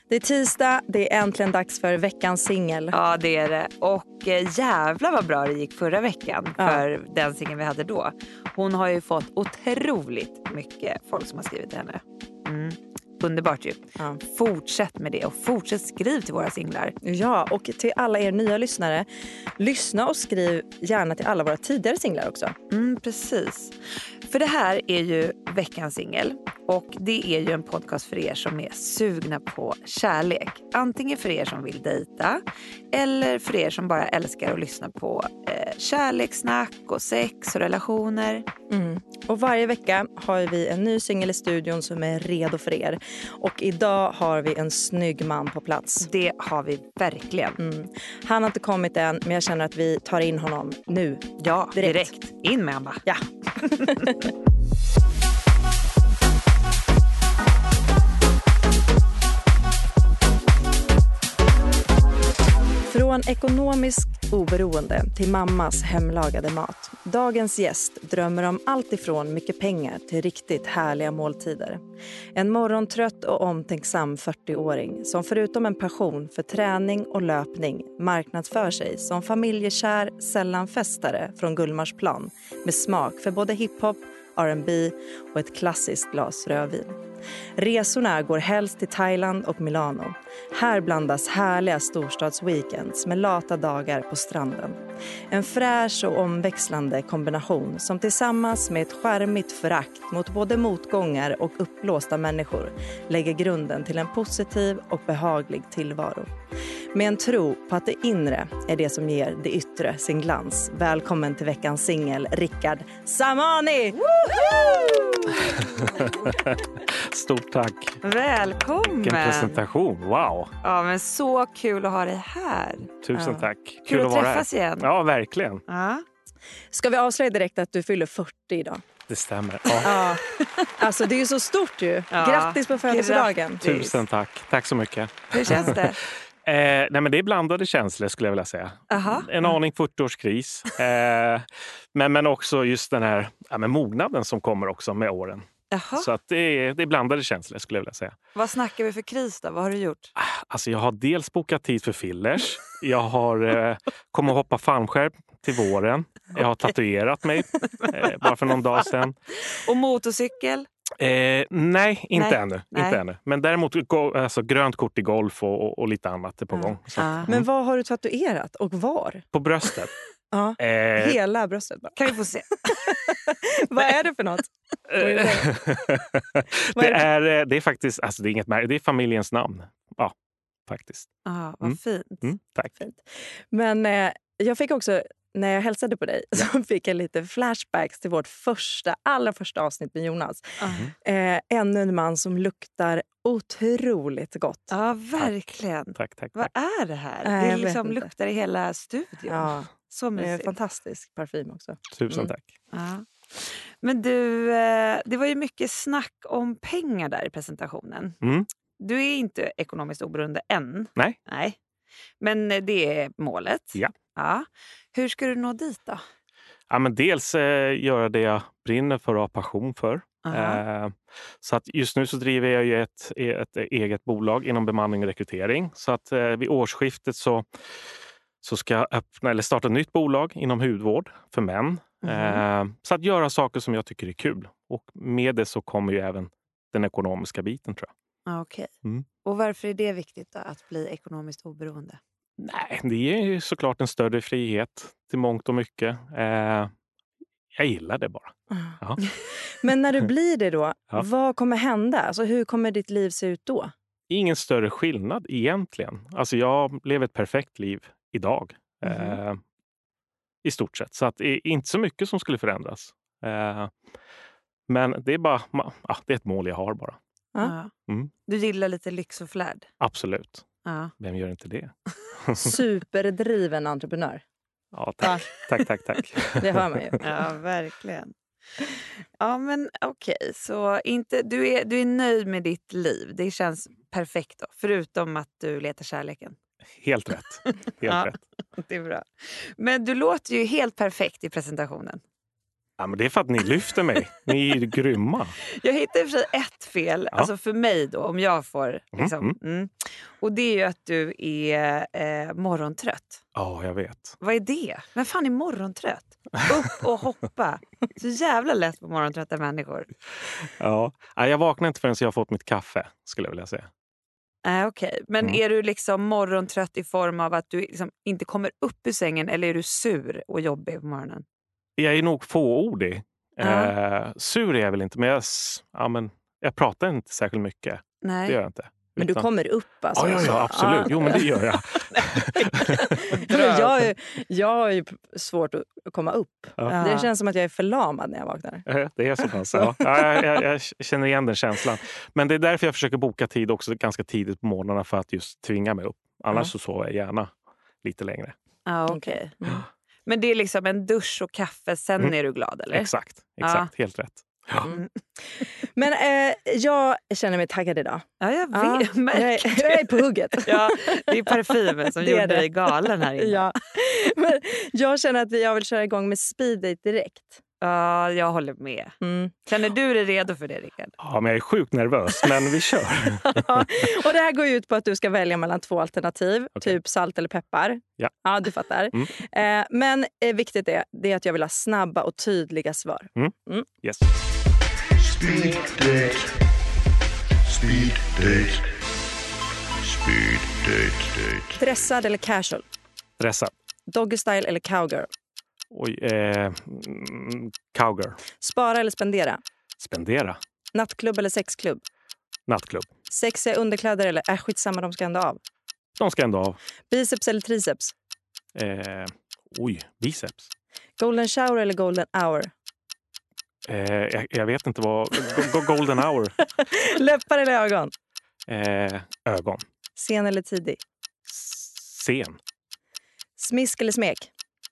Det är tisdag, det är äntligen dags för veckans singel. Ja, det är det. Och jävlar vad bra det gick förra veckan för den singeln vi hade då. Hon har ju fått otroligt mycket folk som har skrivit till henne. Underbart ju. Ja. Fortsätt med det och fortsätt skriv till våra singlar. Ja, och till alla er nya lyssnare, lyssna och skriv gärna till alla våra tidigare singlar också. Precis. För det här är ju veckans singel och det är ju en podcast för er som är sugna på kärlek. Antingen för er som vill dejta eller för er som bara älskar att lyssna på kärlekssnack och sex och relationer. Och varje vecka har vi en ny singel i studion som är redo för er. Och idag har vi en snygg man på plats. Det har vi verkligen. Han har inte kommit än, men jag känner att vi tar in honom nu. Ja, direkt. In med honom. Ja. Från ekonomisk oberoende till mammas hemlagade mat. Dagens gäst drömmer om allt ifrån mycket pengar till riktigt härliga måltider. En morgontrött och omtänksam 40-åring som förutom en passion för träning och löpning marknadsför sig som familjekär sällanfestare från Gullmarsplan med smak för både hiphop, R&B och ett klassiskt glas rödvin. Resorna går helst till Thailand och Milano. Här blandas härliga storstadsweekends med lata dagar på stranden. En fräsch och omväxlande kombination som tillsammans med ett skärmigt förakt mot både motgångar och uppblåsta människor lägger grunden till en positiv och behaglig tillvaro. Med en tro på att det inre är det som ger det yttre sin glans. Välkommen till veckans singel, Rickard Samani! Stort tack. Välkommen. Vilken presentation, wow. Ja, men så kul att ha dig här. Tusen tack. Kul att vara träffas här. igen. Ja, verkligen. Ja. Ska vi avslöja direkt att du fyller 40 idag? Det stämmer. Ja. Alltså det är ju så stort ju. Ja. Grattis på födelsedagen. Tusen tack. Tack så mycket. Hur känns det? Nej, men det är blandade känslor skulle jag vilja säga. Aha. En aning 40-årskris. Men också just den här mognaden som kommer också med åren. Jaha. Så att det är blandade känslor skulle jag vilja säga. Vad snackar vi för kris då? Vad har du gjort? Alltså jag har dels bokat tid för fillers. Jag har kommit att hoppa fallskärm till våren. Jag har tatuerat mig bara för någon dag sedan. Och motorcykel? Nej, inte ännu. Men däremot alltså, grönt kort i golf och lite annat är på gång. Så, Men vad har du tatuerat och var? På bröstet. Ja, hela bröstet bara. Kan vi få se? Vad är det för något? Det är faktiskt, alltså det är inget märke, det är familjens namn. Ja, faktiskt. Vad fint. Tack. Fint. Men jag fick också, när jag hälsade på dig, så fick jag lite flashbacks till vårt allra första avsnitt med Jonas. Ännu en man som luktar otroligt gott. Ja, verkligen. Tack. Vad är det här? Det liksom luktar i hela studion. Ja. Så mysigt. Det är fantastisk parfym också. Tusen tack. Ja. Men du, det var ju mycket snack om pengar där i presentationen. Du är inte ekonomiskt oberoende än. Nej. Men det är målet. Ja. Hur ska du nå dit då? Ja, men dels göra det jag brinner för och har passion för. Så att just nu så driver jag ju ett eget bolag inom bemanning och rekrytering. Så att vid årsskiftet så ska jag öppna eller starta ett nytt bolag inom hudvård för män. Så att göra saker som jag tycker är kul. Och med det så kommer ju även den ekonomiska biten, tror jag. Okej. Och varför är det viktigt då, att bli ekonomiskt oberoende? Nej, det är ju såklart en större frihet till mångt och mycket. Jag gillar det bara. Ja. Men när du blir det då, vad kommer hända? Alltså, hur kommer ditt liv se ut då? Ingen större skillnad egentligen. Alltså jag lever ett perfekt liv idag. I stort sett. Så att det är inte så mycket som skulle förändras. Men det är bara det är ett mål jag har bara. Du gillar lite lyx och flärd? Absolut. Vem gör inte det? Superdriven entreprenör. Ja, tack. Tack. Det hör man ju. Ja, verkligen. Ja, men okej. Så du är nöjd med ditt liv. Det känns perfekt då. Förutom att du letar kärleken. Helt rätt. Rätt. Det är bra. Men du låter ju helt perfekt i presentationen. Ja, men det är för att ni lyfter mig. Ni är ju grymma. Jag hittar i och för sig ett fel. Alltså för mig då, om jag får liksom. Och det är ju att du är morgontrött. Ja, jag vet. Vad är det? Vem fan är morgontrött? Upp och hoppa. Så jävla lätt på morgontrötta människor. Ja, jag vaknar inte förrän jag har fått mitt kaffe, skulle jag vilja säga. Okej. Men är du liksom morgontrött i form av att du liksom inte kommer upp ur sängen, eller är du sur och jobbig på morgonen? Jag är nog fåordig. Sur är jag väl inte, men jag pratar inte särskilt mycket. Nej. Det gör jag inte. Men du kommer upp alltså? Ja, absolut. Jo, men det gör jag. Jag har ju svårt att komma upp. Ja. Det känns som att jag är förlamad när jag vaknar. Det är så pass. Ja. Jag känner igen den känslan. Men det är därför jag försöker boka tid också ganska tidigt på morgnarna, för att just tvinga mig upp. Annars så sover jag gärna lite längre. Okej. Men det är liksom en dusch och kaffe, sen är du glad, eller? Exakt. Helt rätt. Ja. Men jag känner mig taggad idag. Ja, jag vet. Jag är på hugget. Ja, det är parfymen som gjorde dig galen här inne. Ja. Men jag känner att jag vill köra igång med speed date direkt. Ja, jag håller med. Känner du dig redo för det, Rickard? Ja, men jag är sjukt nervös, men vi kör. Och det här går ut på att du ska välja mellan 2 alternativ. Typ salt eller peppar. Ja, du fattar. Men viktigt är att jag vill ha snabba och tydliga svar. Yes. Speed date. Speed date. Speed date. Dressad eller casual? Dressad. Doggy style eller cowgirl? Cowgirl. Spara eller spendera? Spendera. Nattklubb eller sexklubb? Nattklubb. Sexiga underkläder eller skitsamma, de ska ändå av? De ska ändå av. Biceps eller triceps? Biceps. Golden shower eller golden hour? Jag vet inte vad... Golden hour. Läppar eller ögon? Ögon. Sen eller tidig? Sen. Smisk eller smek?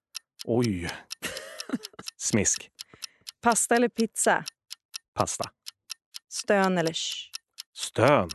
Smisk. Pasta eller pizza? Pasta. Stön eller shh? Stön.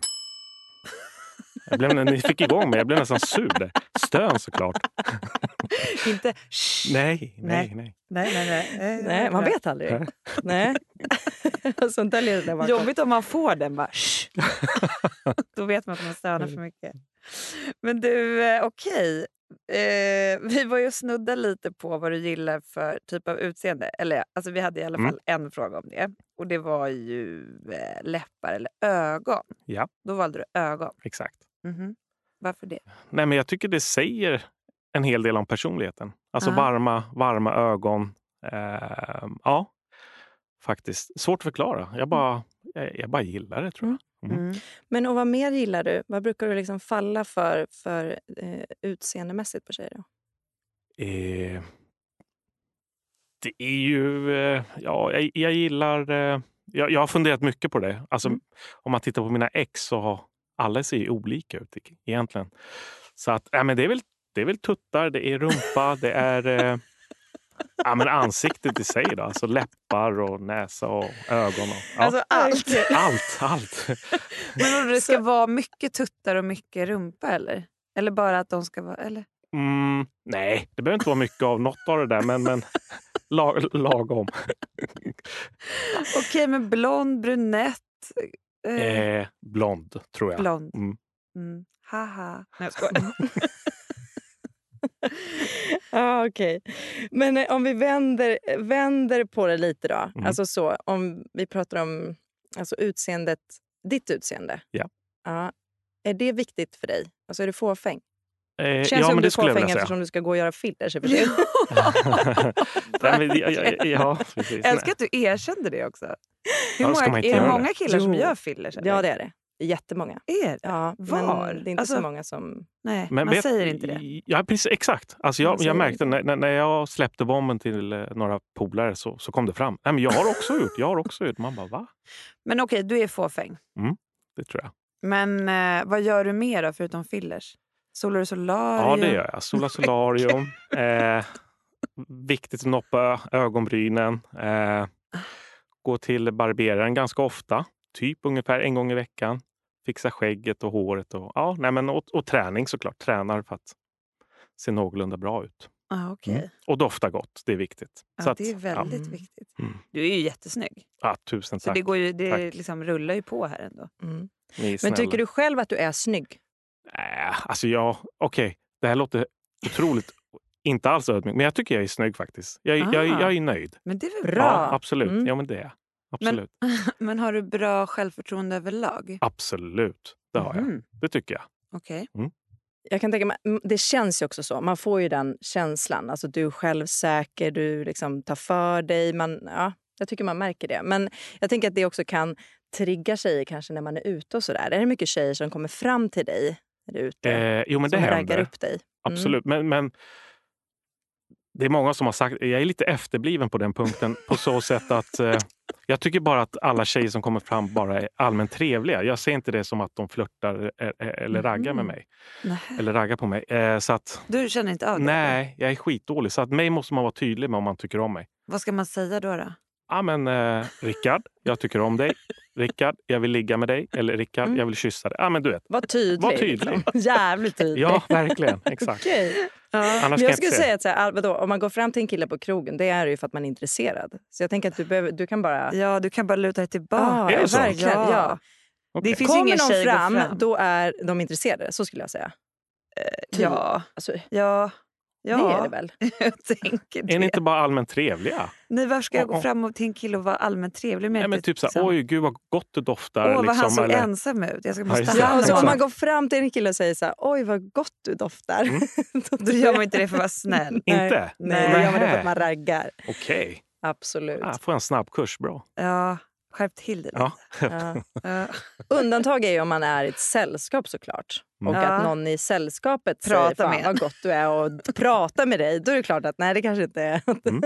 Ni fick igång mig. Jag blev nästan sur där. Stön såklart. Inte Nej. Nej, man vet aldrig. Nej. Sånt där leder det bakom. Jobbigt om man får den bara. Då vet man att man stönar för mycket. Men du, okej. Vi var ju snudda lite på vad du gillar för typ av utseende. Eller alltså vi hade i alla fall en fråga om det. Och det var ju läppar eller ögon. Ja. Då valde du ögon. Exakt. Varför det? Nej, men jag tycker det säger en hel del om personligheten. Alltså varma ögon. Ja, faktiskt. Svårt att förklara. Jag bara gillar det, tror jag. Men och vad mer gillar du? Vad brukar du liksom falla för utseendemässigt på tjejer då? Det är ju... jag gillar... Jag har funderat mycket på det. Alltså, om man tittar på mina ex så har alla ser ju olika ut egentligen. Så att, men det är väl tuttar, det är rumpa, det är... men ansiktet i sig då. Alltså läppar och näsa och ögon. Och, Alltså allt. Men det ska vara mycket tuttar och mycket rumpa, eller? Eller bara att de ska vara... Eller? Nej, det behöver inte vara mycket av något av det där. Men lagom. Okej, men blond, brunett? Blond, tror jag. Blond. Haha. Nej, jag skojar. Okej. Men om vi vänder på det lite då. Alltså så, om vi pratar om alltså utseendet, ditt utseende. Ja. Är det viktigt för dig? Alltså är du fåfäng? Känns men du det skulle jag vilja säga. eftersom du ska gå och göra fillers. Ja, precis. Älskar att du erkände det också. Är det många killar som gör fillers? Eller? Ja, det är det. Jättemånga. Är det? Ja, var? Men det är inte så många som... Nej, man säger inte det. Ja, precis, exakt. Alltså jag märkte när jag släppte bomben till några polare så kom det fram. Nej, men jag har också gjort. Man bara, va? Men okej, du är fåfäng. Det tror jag. Men vad gör du mer då, förutom fillers? Solar och solarium? Ja, det gör jag. Solar solarium. Viktigt att noppa ögonbrynen. Gå till barberaren ganska ofta. Typ ungefär 1 gång i veckan. Fixa skägget och håret. Och träning såklart. Tränar för att se någorlunda bra ut. Okay. Och dofta gott, det är viktigt. Ja, så att, det är väldigt viktigt. Du är ju jättesnygg. Ja, tusen tack. Så det liksom rullar ju på här ändå. Men tycker du själv att du är snygg? Alltså okej. Det här låter otroligt inte alls ödmjuk. Men jag tycker jag är snygg faktiskt. Jag är nöjd. Men det är väl Bra. Ja, absolut. Ja, men det är jag. Absolut. Men har du bra självförtroende överlag? Absolut. Det har jag. Det tycker jag. Okej. Jag kan tänka mig, det känns ju också så. Man får ju den känslan. Alltså du är självsäker, du liksom tar för dig. Jag tycker man märker det. Men jag tänker att det också kan trigga tjejer kanske när man är ute och sådär. Är det mycket tjejer som kommer fram till dig när du är ute? Jo, men det som händer. raggar upp dig? Absolut. Men det är många som har sagt, jag är lite efterbliven på den punkten på så sätt att jag tycker bara att alla tjejer som kommer fram bara är allmänt trevliga. Jag ser inte det som att de flörtar eller raggar med mig. Nej. Eller raggar på mig. Så att, Du känner inte av det? nej, jag är skitdålig. Så att mig måste man vara tydlig med om man tycker om mig. Vad ska man säga då? Ja, men Rickard, jag tycker om dig. Rickard, jag vill ligga med dig. Eller Rickard, jag vill kyssa dig. Ja, men du vet. Var tydlig. Var tydlig. Liksom. Jävligt tydlig. Ja, verkligen. Exakt. Okej. Annars Men kan jag skulle inte säga att så här, vadå, om man går fram till en kille på krogen, det är ju för att man är intresserad. Så jag tänker att du kan bara... Ja, du kan bara luta dig tillbaka. Är det så? Verkligen, ja. Det finns Kommer ingen någon tjej fram, fram, då är de intresserade. Så skulle jag säga. Ja. Alltså, Ja. det är det väl. Jag tänker det. Är ni inte bara allmänt trevliga? Nej, varför ska jag gå fram till en kille och vara allmänt trevlig med? Nej, men typ såhär, oj gud vad gott du doftar. Åh, vad han såg eller... ensam ut. Jag måste Ja, ta Ja, hand och så om om man honom. går fram till en kille och säger så här, oj vad gott du doftar. Då gör man inte det för att vara snäll. Inte? Nej, då gör man det för att man raggar. Okej. Absolut. Får en snabb kurs, bra. Ja, skärp till det lite. Ja. Ja. Undantag är ju om man är i ett sällskap såklart. Och att någon i sällskapet säger Prata fan med vad gott du är och pratar med dig. Då är det klart att nej, det kanske inte är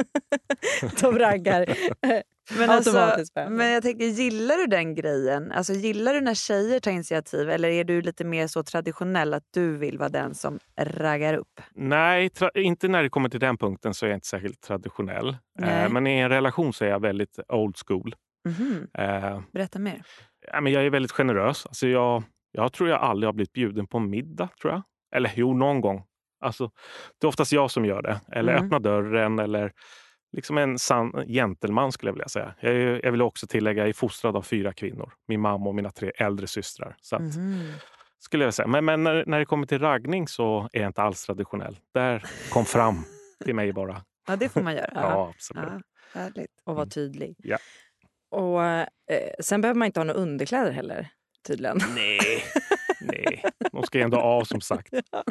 de raggar Men, automatiskt. men jag tänker, gillar du den grejen? Alltså, gillar du när tjejer tar initiativ? Eller är du lite mer så traditionell att du vill vara den som raggar upp? Nej, inte när det kommer till den punkten så är jag inte särskilt traditionell. Men i en relation så är jag väldigt old school. Berätta mer. Men jag är väldigt generös. Alltså jag tror jag aldrig har blivit bjuden på en middag, tror jag. Eller jo, någon gång. Alltså, det är oftast jag som gör det. Eller öppna dörren eller liksom en sann gentleman skulle jag vilja säga. Jag vill också tillägga, jag är fostrad av 4 kvinnor. Min mamma och mina 3 äldre systrar. Så att, skulle jag säga. Men när det kommer till raggning så är jag inte alls traditionell. Där kom fram till mig bara. Ja, det får man göra. Ja, absolut. Ja, härligt. Och vara tydlig. Ja. Och sen behöver man inte ha några underkläder heller, tydligen. Nej. De ska ändå av som sagt.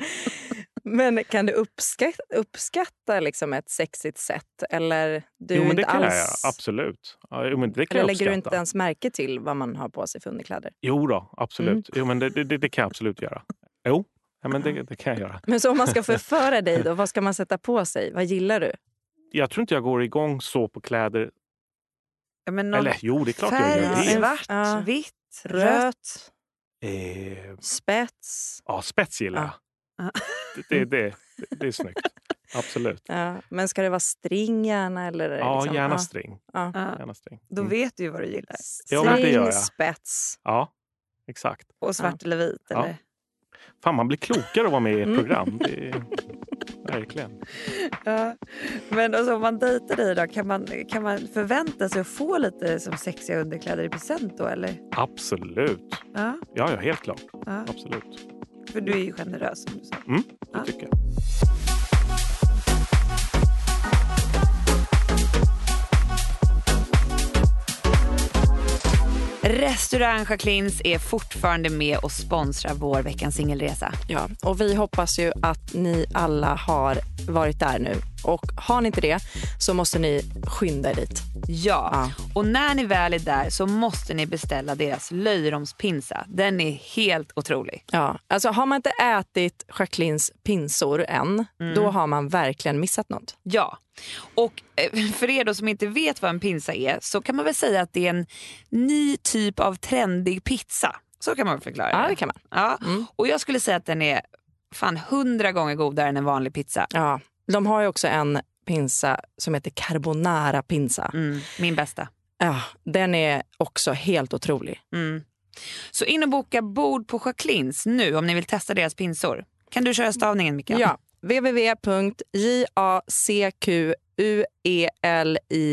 Men kan du uppskatta liksom ett sexigt sätt? Eller du Jo, men inte det kan alls... jag göra. Absolut. Ja, jo, men det kan Eller jag lägger du uppskatta. inte ens märke till vad man har på sig för underkläder? Jo då, absolut. Jo, men det kan jag absolut göra. Jo, ja, men det kan jag göra. Men så om man ska förföra dig då, vad ska man sätta på sig? Vad gillar du? Jag tror inte jag går igång så på kläder. Ja, men Eller jo, det är klart jag färg, gör det. svart, vitt, rött. Spets. Ja, spets gillar jag. Det är snyggt. Absolut. Ja, men ska det vara string gärna? Eller Ja, liksom? gärna string. Ja. Gärna string. Då vet du ju vad du gillar. Ja, men det gör String, jag. spets. Ja, exakt. Och svart eller vit. Ja. Eller? Fan, man blir klokare att vara med i ett program. Det är... Verkligen. Ja. Men alltså, om man dejtar dig då, kan man förvänta sig att få lite som sexiga underkläder i present då, eller? Absolut. Ja, Ja, helt klart. ja. Absolut. För du är ju generös som du sa. Det tycker jag. Restaurang Jacquelines är fortfarande med och sponsrar vår veckans singelresa. Ja, och vi hoppas ju att ni alla har varit där nu. Och har ni inte det så måste ni skynda er dit. Ja, och när ni väl är där så måste ni beställa deras löjromspinsa. Den är helt otrolig. Ja, alltså har man inte ätit Jacquelines pinsor än, då har man verkligen missat något. Ja, och för er då som inte vet vad en pinsa är så kan man väl säga att det är en ny typ av trendig pizza. Så kan man väl förklara det. Ja, det kan man. Ja, och jag skulle säga att den är fan 100 gånger godare än en vanlig pizza. Ja, de har ju också en pinsa som heter carbonara pinsa. Min bästa. Ja, den är också helt otrolig. Så in och boka bord på Jacquelines nu om ni vill testa deras pinsor. Kan du köra stavningen, Mikael? Ja, www.jacquelins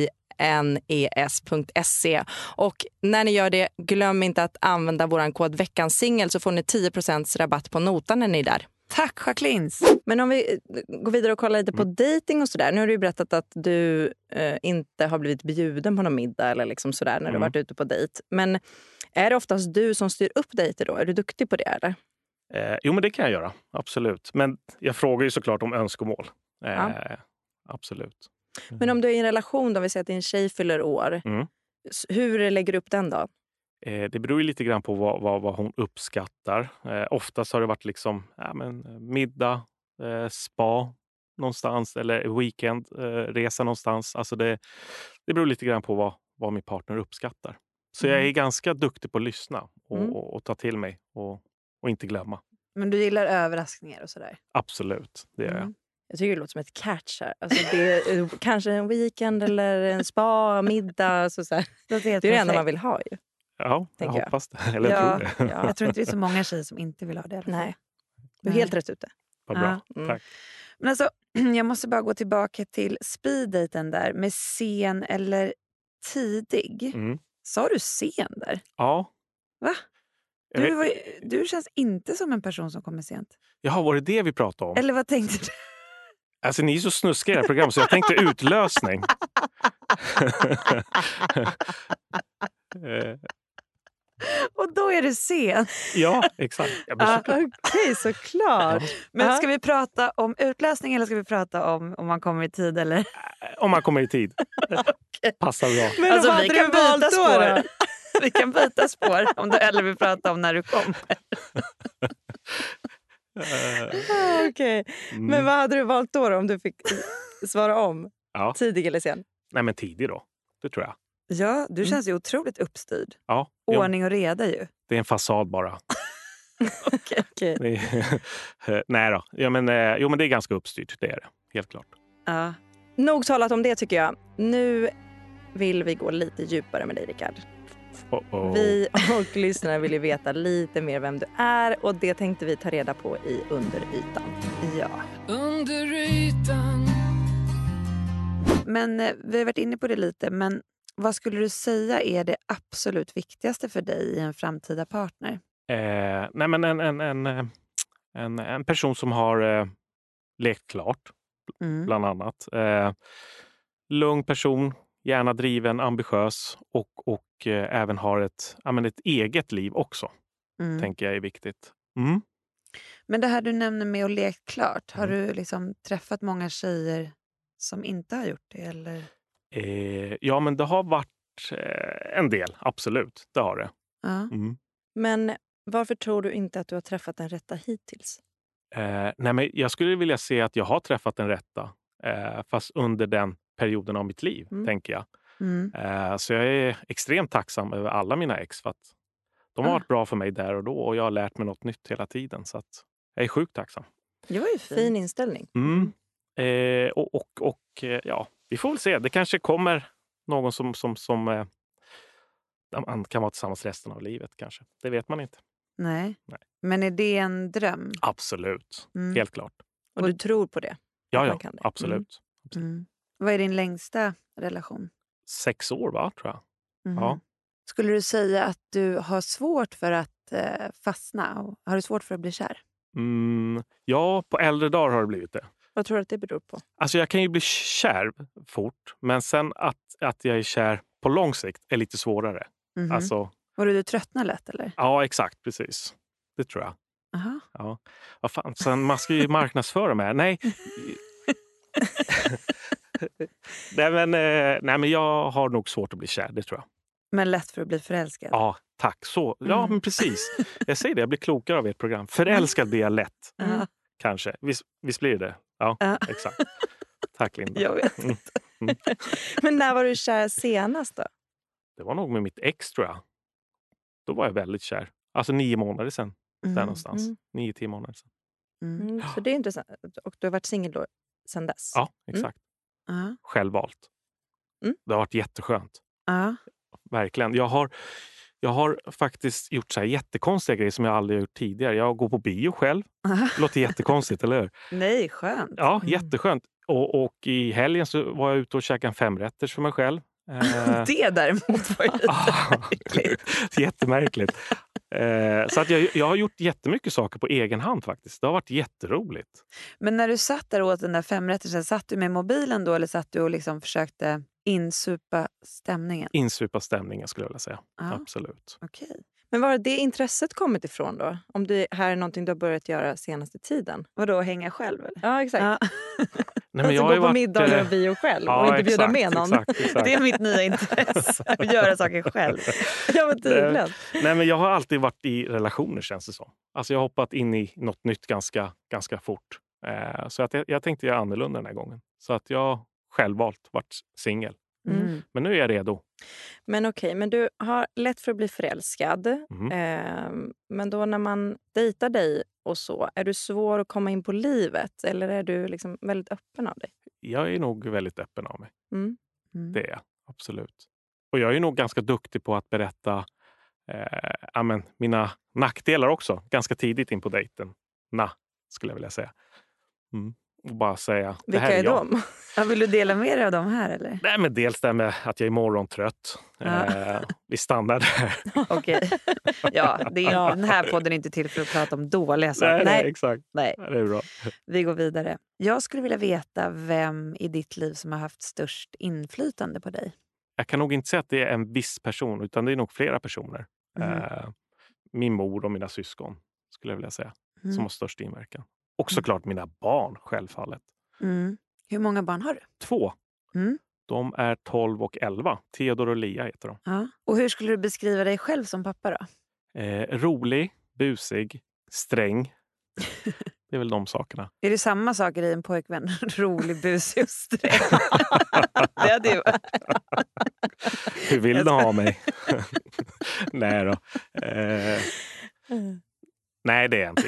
nes.se. Och när ni gör det, glöm inte att använda våran kod veckansingel så får ni 10% rabatt på notan när ni är där. Tack Jacqueline. Men om vi går vidare och kollar lite på dating och sådär. Nu har du ju berättat att du inte har blivit bjuden på någon middag eller liksom sådär när du varit ute på dejt. Men är det oftast du som styr upp dejter då? Är du duktig på det eller? Jo, men det kan jag göra. Absolut. Men jag frågar ju såklart om önskemål. Absolut. Men om du är i en relation då, vi säger att din tjej fyller år. Hur lägger du upp den då? Det beror ju lite grann på vad hon uppskattar. Oftast har det varit liksom middag, spa någonstans eller weekendresa någonstans. Alltså det beror lite grann på vad min partner uppskattar. Så jag är ganska duktig på att lyssna och ta till mig och inte glömma. Men du gillar överraskningar och sådär? Absolut, det gör jag. Jag tycker det låter som ett catch här. Alltså det är kanske en weekend eller en spa, middag. Så här. Det är det enda man vill ha ju. Ja, jag hoppas det. Eller jag tror det. Ja. Jag tror inte det är så många tjejer som inte vill ha det. Nej, du är helt rätt ute. Vad bra, tack. Men alltså, jag måste bara gå tillbaka till speeddaten där. Med sen eller tidig. Sa du sen där? Ja. Va? Du känns inte som en person som kommer sent. Jaha, var det vi pratade om? Eller vad tänkte du? Alltså ni är så snuskiga i det här programmet så jag tänkte utlösning. Och då är det sen. Ja, exakt. Okej, såklart. Men ska vi prata om utlösning eller ska vi prata om man kommer i tid? Eller? Om man kommer i tid. Passar bra. Men alltså, vi kan byta spår. Vi kan byta spår om du eller vill prata om när du kommer. Okej. Men vad hade du valt då om du fick svara om? Tidig eller sen? Nej, men tidig då. Det tror jag. Ja, du känns ju otroligt uppstyrd. Ja. Ordning och reda ju. Det är en fasad bara. Okej. Nej då. Ja, men det är ganska uppstyrt. Det är det. Helt klart. Ja. Nog talat om det tycker jag. Nu vill vi gå lite djupare med dig, Rickard. Vi och lyssnare vill ju veta lite mer vem du är och det tänkte vi ta reda på i Under ytan. Ja. Under ytan. Men vi har varit inne på det lite, men vad skulle du säga är det absolut viktigaste för dig i en framtida partner? Nej, men en person som har lekt klart, bland annat. Lugn person, gärna driven, ambitiös och även har ett eget liv också. Tänker jag är viktigt. Men det här du nämner med att leka klart, har du liksom träffat många tjejer som inte har gjort det? Eller? Ja, men det har varit en del, absolut. Det har det. Men varför tror du inte att du har träffat den rätta hittills? Nej, men jag skulle vilja se att jag har träffat den rätta. Fast under den perioden av mitt liv, tänker jag. Så jag är extremt tacksam över alla mina ex för att de har varit bra för mig där och då och jag har lärt mig något nytt hela tiden så att jag är sjukt tacksam. Det var ju fin inställning. Ja, vi får väl se. Det kanske kommer någon som kan vara tillsammans resten av livet kanske. Det vet man inte. Nej. Men är det en dröm? Absolut, helt klart. Och du tror på det? Ja, absolut. Vad är din längsta relation? 6 år, va, tror jag. Ja. Skulle du säga att du har svårt för att fastna? Har du svårt för att bli kär? Ja, på äldre dagar har det blivit det. Vad tror du att det beror på? Alltså jag kan ju bli kär fort, men sen att jag är kär på lång sikt är lite svårare. Alltså, var du tröttnar lätt eller? Ja, exakt, precis. Det tror jag. Aha. Ja. Vad fan, sen man ska ju marknadsföra mig. Nej. nej, men jag har nog svårt att bli kär, det tror jag. Men lätt för att bli förälskad? Ja, tack. Så. Ja, men precis. Jag säger det, jag blir klokare av ert program. Förälskad blir jag lätt. Kanske. Visst blir det? Ja, exakt. Tack, Linda. Jag vet inte. Men när var du kär senast då? Det var nog med mitt ex, tror jag. Då var jag väldigt kär. Alltså 9 månader sedan. Där någonstans. 9-10 månader sedan. Så det är intressant. Och du har varit singel då sedan dess? Ja, exakt. Självvalt. Det har varit jätteskönt. Verkligen. Jag har faktiskt gjort så här jättekonstiga grejer som jag aldrig har gjort tidigare. Jag går på bio själv. Det låter jättekonstigt, eller hur? Nej, skönt. Ja, jätteskönt. Och i helgen så var jag ute och käkade en 5-rätters för mig själv. Det däremot var ju märkligt. Jättemärkligt. Så att jag har gjort jättemycket saker på egen hand faktiskt. Det har varit jätteroligt. Men när du satt där åt den där 5-rättersen, satt du med mobilen då eller satt du och liksom försökte insupa stämningen? Insupa stämningen skulle jag vilja säga. Ja. Absolut. Okej. Men var har det intresset kommit ifrån då? Om det här är någonting du har börjat göra senaste tiden? Vadå, hänga själv eller? Ja, exakt. Ja. Nej, Alltså jag har gå ju på varit, middagar och bio själv ja, och inte bjuda exakt, med någon. Exakt. Det är mitt nya intresse, att göra saker själv. Ja, men tydligen. Nej, men jag har alltid varit i relationer känns det som. Alltså jag har hoppat in i något nytt ganska fort. Så att jag tänkte göra annorlunda den här gången. Så att jag själv valt varit singel. Mm. Men nu är jag redo. Men okej, men du har lätt för att bli förälskad. Men då när man dejtar dig och så, är du svår att komma in på livet? Eller är du liksom väldigt öppen av dig? Jag är nog väldigt öppen av mig. Mm. Mm. Det är jag, absolut. Och jag är nog ganska duktig på att berätta mina nackdelar också. Ganska tidigt in på dejten. Skulle jag vilja säga. Och bara säga, det Vilka här är jag. de? Ja, vill du dela med dig av dem här eller? Nej, men dels det med att jag är morgontrött. Vi stannar där. Okej. Ja, den här podden är inte till för att prata om dåliga saker. Nej, exakt. Nej. Det är bra. Vi går vidare. Jag skulle vilja veta vem i ditt liv som har haft störst inflytande på dig. Jag kan nog inte säga att det är en viss person, utan det är nog flera personer. Min mor och mina syskon, skulle jag vilja säga, som har störst inverkan. Och såklart mina barn, självfallet. Mm. Hur många barn har du? 2. Mm. De är 12 och 11. Theodor och Lia heter de. Ja. Och hur skulle du beskriva dig själv som pappa då? Rolig, busig, sträng. Det är väl de sakerna. Är det samma saker i en pojkvän? Rolig, busig och sträng. Det hade ju varit. Hur vill du ha mig? Nej då. Nej, det är inte.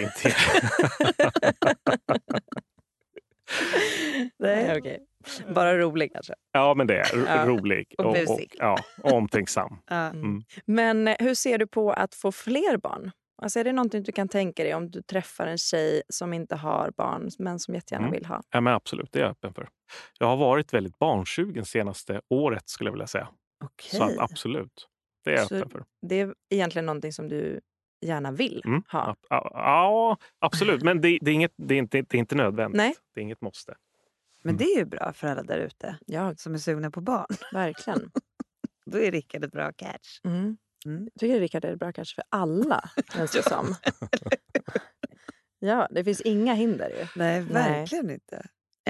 Nej, okej. Bara rolig kanske. Ja, men det är rolig. Och busig. Och omtänksam. Ja. Men hur ser du på att få fler barn? Alltså är det någonting du kan tänka dig om du träffar en tjej som inte har barn men som jättegärna vill ha? Ja, men absolut, det är jag öppen för. Jag har varit väldigt barnsugen senaste året skulle jag vilja säga. Okej. Så att, absolut, det är jag Så öppen för. det är egentligen någonting som du gärna vill ha? Ja, absolut. Men det är inte nödvändigt. Nej. Det är inget måste. Men det är ju bra för alla där ute som är sugna på barn. Verkligen. Då är Rickard ett bra catch. Jag tycker Rickard är ett bra kanske för alla, känns det som. Ja, det finns inga hinder ju. Nej, verkligen inte.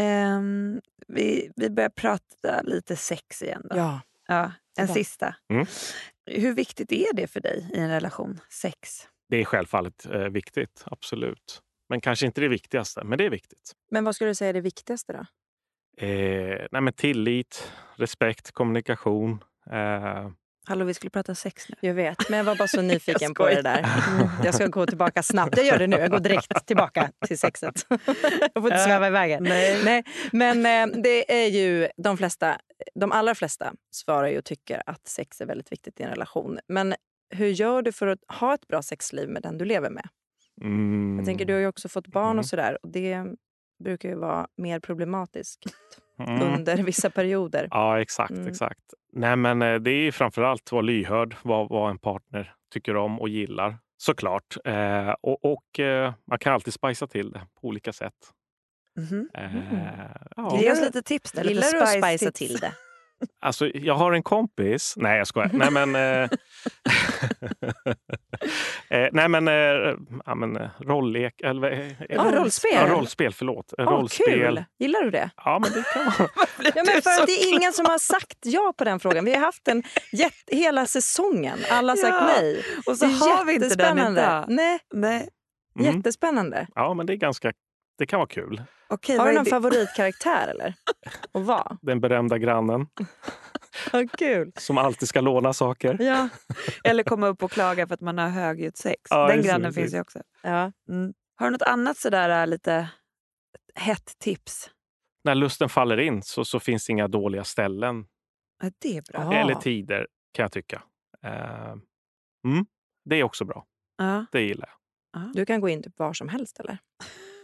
Vi börjar prata lite sex igen då. Ja. En sista. Hur viktigt är det för dig i en relation? Sex? Det är självfallet viktigt, absolut. Men kanske inte det viktigaste, men det är viktigt. Men vad skulle du säga är det viktigaste då? Nej, men tillit, respekt, kommunikation. Hallå, vi skulle prata sex nu. Jag vet, men jag var bara så nyfiken på det där. Jag ska gå tillbaka snabbt. Jag gör det nu. Jag går direkt tillbaka till sexet. Jag får inte sväva iväg. Nej. Men det är ju de allra flesta svarar ju och tycker att sex är väldigt viktigt i en relation. Men hur gör du för att ha ett bra sexliv med den du lever med? Jag tänker, du har ju också fått barn och sådär. Och det brukar ju vara mer problematiskt under vissa perioder. Ja, exakt. Nej, men det är framförallt vara lyhörd vad en partner tycker om och gillar. Såklart. Och man kan alltid spicea till det på olika sätt. Ge oss lite tips där. Gillar du att spicea till det? Alltså, jag har en kompis. Nej, jag skojar. Nej, men rolllek. Rollspel. Ja, rollspel, förlåt. Rollspel. Kul. Gillar du det? Ja, men det kan vara. Ja, men för att det är ingen som har sagt ja på den frågan. Vi har haft den hela säsongen. Alla har sagt nej. Och så har vi inte den idag. Nej. Jättespännande. Ja, men det kan vara kul. Okej, har du någon favoritkaraktär eller? Och vad? Den berömda grannen. Kul. Som alltid ska låna saker. Ja. Eller komma upp och klaga för att man har högljutt sex. Ja, den grannen finns ju också. Ja. Har du något annat sådär lite hett tips? När lusten faller in så finns det inga dåliga ställen. Ja, det är bra. Eller tider, kan jag tycka. Det är också bra. Det gillar jag. Du kan gå in typ var som helst, eller?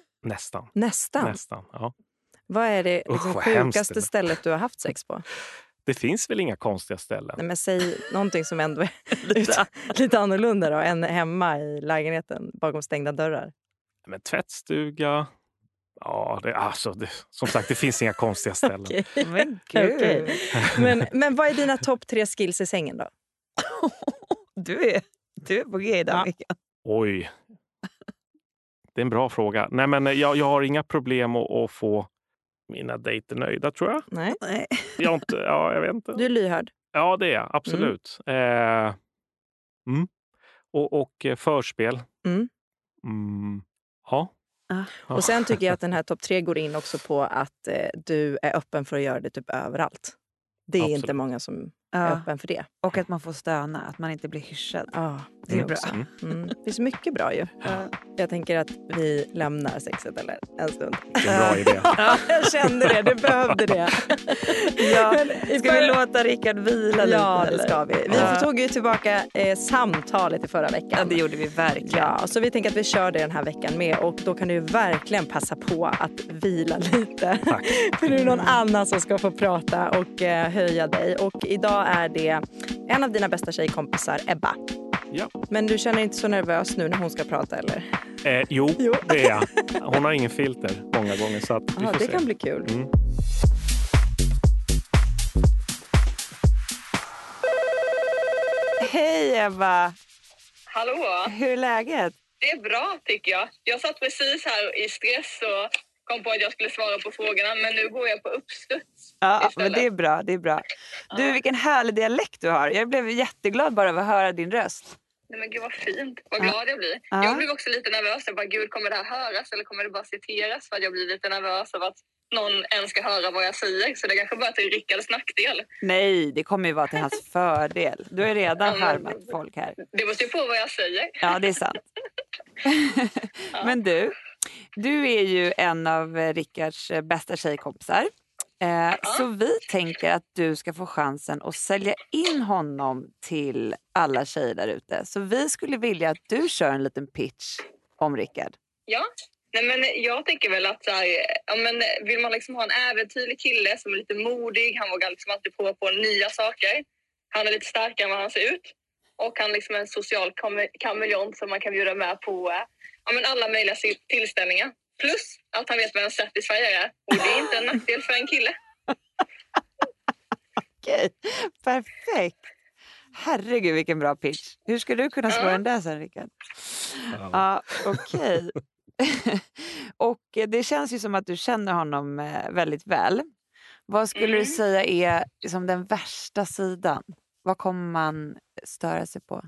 Nästan, Nästan, ja. Vad är det liksom Usch, vad sjukaste hemskt. stället du har haft sex på? det finns väl inga konstiga ställen. Nej, men säg någonting som ändå är lite annorlunda då än hemma i lägenheten bakom stängda dörrar. Men tvättstuga, ja, som sagt, det finns inga konstiga ställen. Okej. Men gud. Okej. Men vad är dina topp 3 skills i sängen då? Du är på G idag, Mikael. Oj. Det är en bra fråga. Nej, men jag har inga problem att få mina dejter nöjda, tror jag. Nej. Jag vet inte. Du är lyhörd. Ja, det är jag. Absolut. Och förspel. Ja. Och sen tycker jag att den här topp 3 går in också på att du är öppen för att göra det typ överallt. Det är Absolut. inte många som är öppen för det. Och att man får stöna, att man inte blir hyschad. Ja, Det är bra. också. Det finns mycket bra ju. Jag tänker att vi lämnar sexet eller en stund. Det är en bra idé. Jag kände det, du behövde det. Ska vi låta Rickard vila lite? Ja, det eller? ska vi. Vi tog ju tillbaka samtalet i förra veckan. Ja, det gjorde vi verkligen. Ja, så vi tänker att vi kör det den här veckan med. Och då kan du ju verkligen passa på att vila lite. Tack. För nu är det någon annan som ska få prata och höja dig. Och idag är det en av dina bästa tjejkompisar, Ebba. Ja. Men du känner inte så nervös nu när hon ska prata, eller? Jo, det är jag. Hon har ingen filter många gånger, så att vi får Det se. kan bli kul. Hej Ebba! Hallå! Hur är läget? Det är bra tycker jag. Jag satt precis här i stress och kom på att jag skulle svara på frågorna, men nu går jag på uppstuds. Ja, istället. men det är bra, det är bra. Du, vilken härlig dialekt du har. Jag blev jätteglad bara av att höra din röst. Nej men gud vad fint, vad glad jag blir. Ja. Jag blev också lite nervös. Jag bara, gud kommer det här höras eller kommer det bara citeras? För att jag blir lite nervös av att någon ens ska höra vad jag säger. Så det kanske bara till Rickards nackdel. Nej, det kommer ju vara till hans fördel. Du har redan härmat folk här. Det måste ju på vad jag säger. Ja, det är sant. Men du är ju en av Rickards bästa tjejkompisar. Så vi tänker att du ska få chansen att sälja in honom till alla tjejer där ute. Så vi skulle vilja att du kör en liten pitch om Rickard. Ja, nej men jag tänker väl att så här, ja, men vill man liksom ha en äventyrlig kille som är lite modig, han vågar liksom alltid prova på nya saker. Han är lite starkare än vad han ser ut. Och han liksom är en social kameleont som man kan bjuda med på men alla möjliga tillställningar. Plus att han vet vad en Satisfyer är. Och det är inte en nackdel för en kille. Okej, perfekt. Herregud vilken bra pitch. Hur ska du kunna slå den där sen, Rickard? Ja, okej. Och det känns ju som att du känner honom väldigt väl. Vad skulle du säga är liksom den värsta sidan? Vad kommer man störa sig på?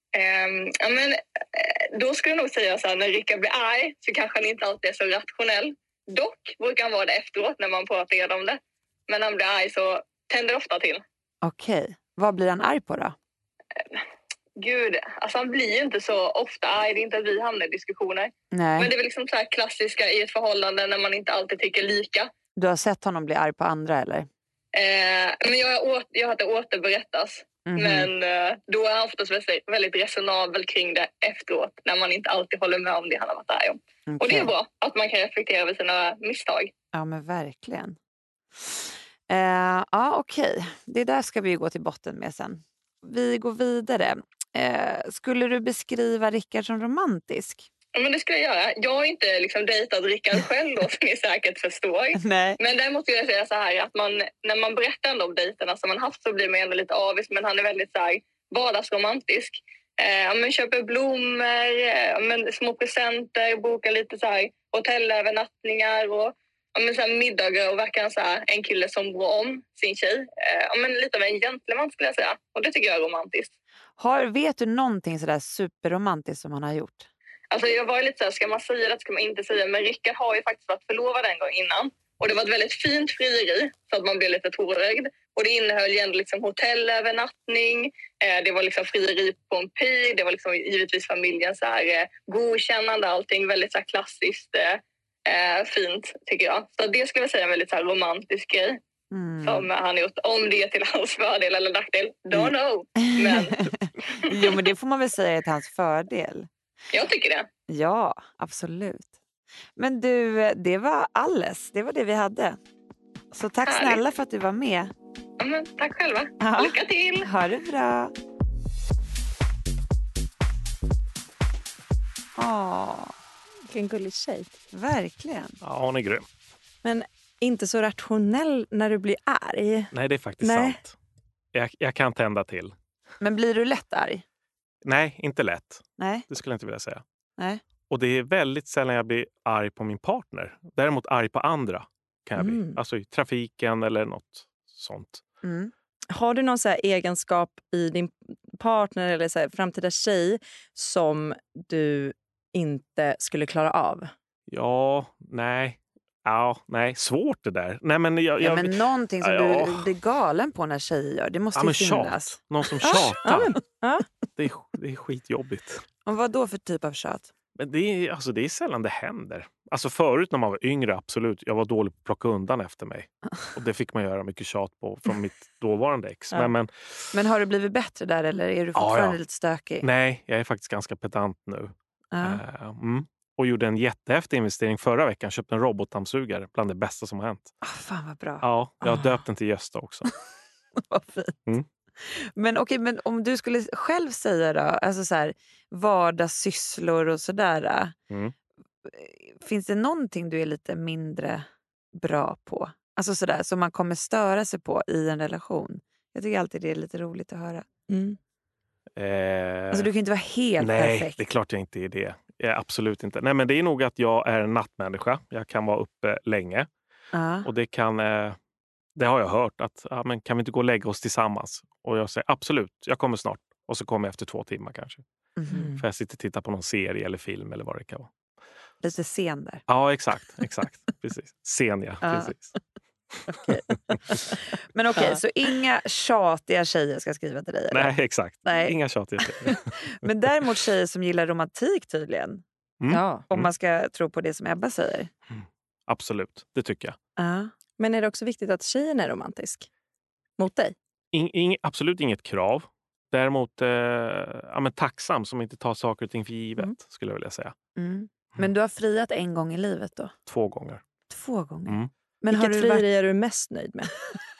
Då skulle jag nog säga så här, när Rickard blir arg så kanske han inte alltid är så rationell. Dock brukar han vara det efteråt när man pratar om det. Men när han blir arg så tänder ofta till. Okej, vad blir han arg på då? Gud, alltså han blir ju inte så ofta arg. Det är inte att vi hamnar i diskussioner. Nej. Men det är väl liksom så här klassiska i ett förhållande när man inte alltid tycker lika. Du har sett honom bli arg på andra eller? Men jag har hört det återberättas. Men då är han oftast väldigt resonabel kring det efteråt. När man inte alltid håller med om det han har varit arg om. Okay. Och det är bra att man kan reflektera över sina misstag. Ja men verkligen. Okej. Det där ska vi gå till botten med sen. Vi går vidare. Skulle du beskriva Rickard som romantisk? Ja, men det ska jag göra. Jag har inte liksom dejtat Rickard själv då, som ni säkert förstår. Nej. Men däremot vill jag säga så här att när man berättar ändå om dejterna som man haft så blir man ändå lite avis. Men han är väldigt så här, vardagsromantisk. Man köper blommor, små presenter, bokar lite så här hotellövernattningar och så här middagar och verkar så här, en kille som bor om sin tjej. Lite av en gentleman skulle jag säga. Och det tycker jag är romantiskt. Vet du någonting sådär superromantiskt som han har gjort? Alltså jag var lite så här, ska man säga det, ska man inte säga. Men Rickard har ju faktiskt varit förlovad en gång innan. Och det var ett väldigt fint frieri så att man blev lite tårögd. Och det innehöll ju ändå liksom hotellövernattning. Det var liksom frieri på en pir. Det var liksom givetvis familjen så här godkännande. Allting väldigt så här klassiskt fint tycker jag. Så det skulle jag säga är en väldigt så här romantisk grej. Som han gjort. Om det är till hans fördel eller nackdel, don't know. Men... Jo men det får man väl säga är till hans fördel. Jag tycker det. Ja, absolut. Men du, det var alles. Det var det vi hade. Så tack Härligt. snälla för att du var med. Ja, men, tack själva. Ja. Lycka till! Ha det bra. Vilken gullig tjej. Verkligen. Ja, hon är grym. Men inte så rationell när du blir arg. Nej, det är faktiskt Nej. sant. Jag kan tända till. Men blir du lätt arg? Nej, inte lätt. Nej. Det skulle jag inte vilja säga. Nej. Och det är väldigt sällan jag blir arg på min partner. Däremot arg på andra kan jag bli. Alltså i trafiken eller något sånt. Mm. Har du någon så här egenskap i din partner eller så här framtida tjej som du inte skulle klara av? Ja, nej. Ja, nej. Svårt det där. Nej, men Ja, men någonting som Ja. du blir galen på när tjejer gör. Det måste Ja, ju men finnas. tjat. Någon som tjatar. Ja. Det är skitjobbigt. Och vad då för typ av tjat? Men det är sällan det händer. Alltså förut när man var yngre, absolut. Jag var dålig på att plocka undan efter mig. Och det fick man göra mycket tjat på från mitt dåvarande ex. Ja. Men har du blivit bättre där eller är du fortfarande Ja. lite stökig? Nej, jag är faktiskt ganska pedant nu. Ja. Och gjorde en jättehäftig investering förra veckan. Köpte en robotdammsugare. Bland det bästa som har hänt. Fan vad bra. Ja, jag har döpt den till Gösta också. Vad fint. Mm. Men okej, men om du skulle själv säga då, alltså så här, vardagssysslor och sådär. Mm. Finns det någonting du är lite mindre bra på? Alltså sådär, som man kommer störa sig på i en relation. Jag tycker alltid det är lite roligt att höra. Mm. Alltså du kan ju inte vara helt Nej, perfekt. det är klart jag inte är det. Absolut inte. Nej, men det är nog att jag är en nattmänniska. Jag kan vara uppe länge. Ja. Och det har jag hört att men kan vi inte gå och lägga oss tillsammans? Och jag säger absolut, jag kommer snart. Och så kommer jag efter 2 timmar kanske. Mhm. För jag sitter och tittar på någon serie eller film eller vad det kan vara. Lite sen där. Ja, exakt. Precis. Sen, ja. Ja. Precis. Men okej, så inga tjatiga tjejer ska skriva till dig? Eller? Nej, exakt. Nej. Inga tjatiga. Men däremot tjejer som gillar romantik tydligen. Mm. Ja. Om man ska tro på det som Ebba säger. Absolut, det tycker jag. Ja. Men är det också viktigt att tjejen är romantisk? Mot dig? Absolut inget krav. Däremot men tacksam som inte tar saker och ting för givet, skulle jag vilja säga. Mm. Men du har friat en gång i livet då? 2 gånger. 2 gånger? Mm. Men har Vilket du frieri är du mest nöjd med?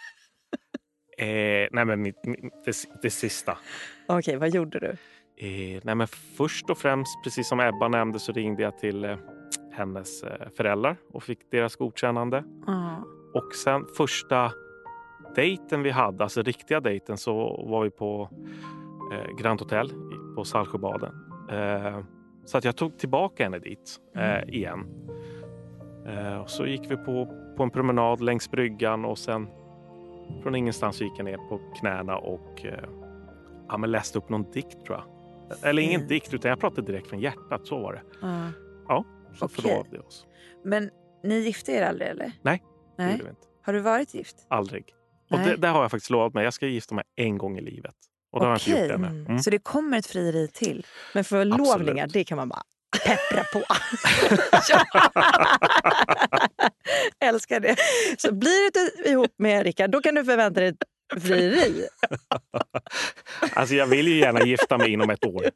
Nej, men det sista. Okej, vad gjorde du? Nej, men först och främst, precis som Ebba nämnde, så ringde jag till hennes föräldrar och fick deras godkännande. Ja. Och sen första dejten vi hade, alltså riktiga dejten, så var vi på Grand Hotel på Saltsjöbaden. Så att jag tog tillbaka henne dit igen. Och så gick vi på en promenad längs bryggan och sen från ingenstans gick jag ner på knäna och läste upp någon dikt, tror jag. Eller ingen dikt, utan jag pratade direkt från hjärtat, så var det. Ja, så Okej. förlovade vi oss. Men ni gifte er aldrig eller? Nej, det Nej. gjorde vi inte. Har du varit gift? Aldrig. Och Nej. det har jag faktiskt lovat mig. Jag ska gifta mig en gång i livet. Och det har jag inte Okej. gjort ännu. Mm. Så det kommer ett frieri till? Men förlovningar, Absolut. det kan man bara peppra på. Älskar det. Så blir du ihop med Rickard, då kan du förvänta dig ett frieri. Alltså jag vill ju gärna gifta mig inom 1 år.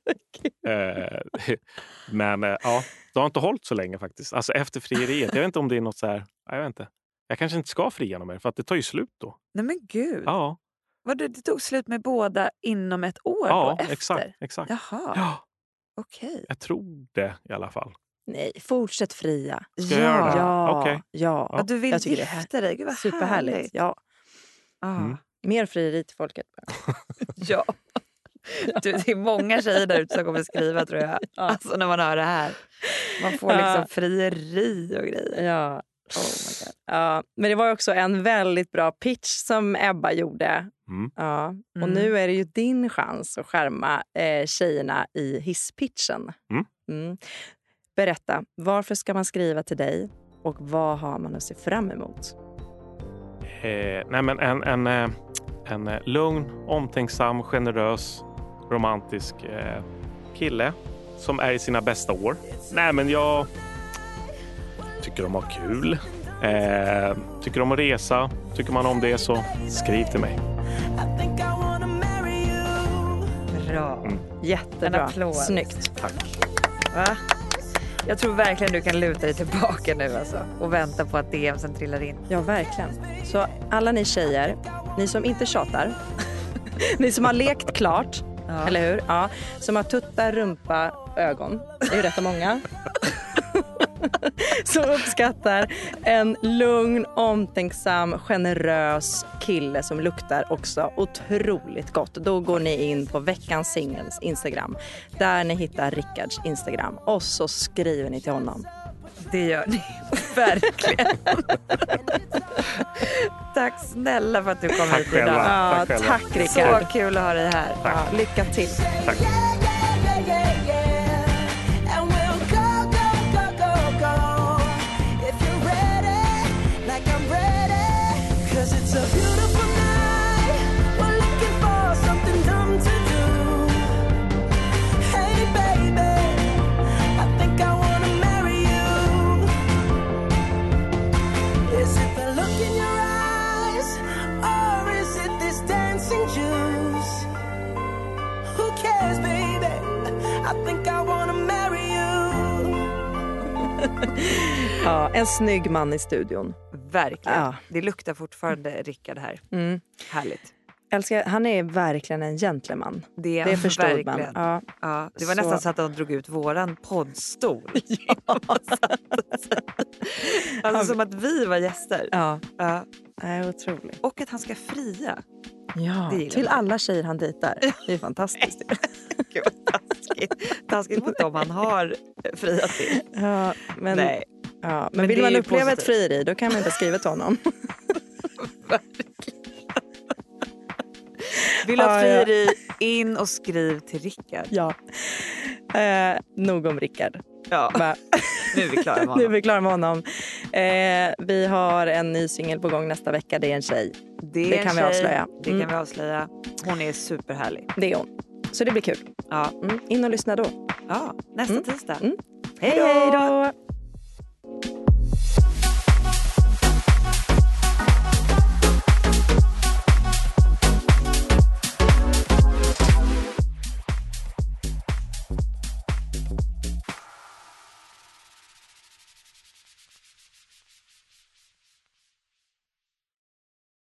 Men ja, det har inte hållit så länge faktiskt. Alltså efter frieriet. Jag vet inte om det är något så här. Jag vet inte. Jag kanske inte ska fria någon mer för att det tar ju slut då. Nej men gud. Ja, Det tog slut med båda inom 1 år ja då, efter? exakt. Jaha, Ja, okej. jag tror det i alla fall. Nej, fortsätt fria. Ska jag göra det? Ja, Okej. ja. Ja, du vill Jag tycker det är gifta dig, gud vad superhärligt. härligt. Ja. Mm. Mer frieri till folket. Ja. Du, det är många tjejer där ute som kommer skriva, tror jag. Alltså när man hör det här. Man får liksom frieri och grejer. Ja. Oh my God. Ja, men det var också en väldigt bra pitch som Ebba gjorde. Mm. Ja. Och Mm. nu är det ju din chans att skärma tjejerna i hisspitchen. Mm. Berätta, varför ska man skriva till dig och vad har man att se fram emot? Nej, men en lugn, omtänksam, generös, romantisk kille som är i sina bästa år. Nej, men jag tycker om att ha kul. Tycker om att resa. Tycker man om det, så skriv till mig. Bra. En Jättebra. applåd. Snyggt. Tack. Va? Jag tror verkligen du kan luta dig tillbaka nu alltså, och vänta på att DMsen trillar in. Ja, verkligen. Så alla ni tjejer, ni som inte tjatar, ni som har lekt klart, eller hur? Ja, som har tuttar, rumpa, ögon. Det är ju rätt många. Som uppskattar en lugn, omtänksam, generös kille som luktar också otroligt gott. Då går ni in på Veckans Singels Instagram, där ni hittar Rickards Instagram, och så skriver ni till honom. Det gör ni verkligen. Tack snälla för att du kom hit idag. Ja, tack Rickard. Så kul att ha dig här. Ja, lycka till. Tack. Ja, en snygg man i studion. Verkligen. Ja. Det luktar fortfarande Rickard här. Härligt. Älskar, han är verkligen en gentleman. Det förstod man. Ja. Ja, det var nästan så att de drog ut våran poddstol. Ja. Alltså som att vi var gäster. Ja. Ja. Det är otroligt. Och att han ska fria. Ja, Det gillar till man. alla tjejer han dejtar. Det är fantastiskt. Gud vad taskigt. Taskigt mot dem han har friat till. Ja, men, Nej. ja, Men vill det är man ju uppleva positivt. ett frieri, då kan man inte skriva till honom. Vill du ha Ja, frieri, in och skriv till Rickard. Ja. Nog om Rickard. Ja. Va? Nu är vi klara med Nu är honom. vi klara med honom. Vi har en ny singel på gång nästa vecka. Det är en tjej. Det är kan en vi tjej. avslöja. Det kan vi avslöja. Hon är superhärlig. Det är hon. Så det blir kul. Ja, In och lyssna då. ja nästa tisdag. Mm. Hej Hej då! då!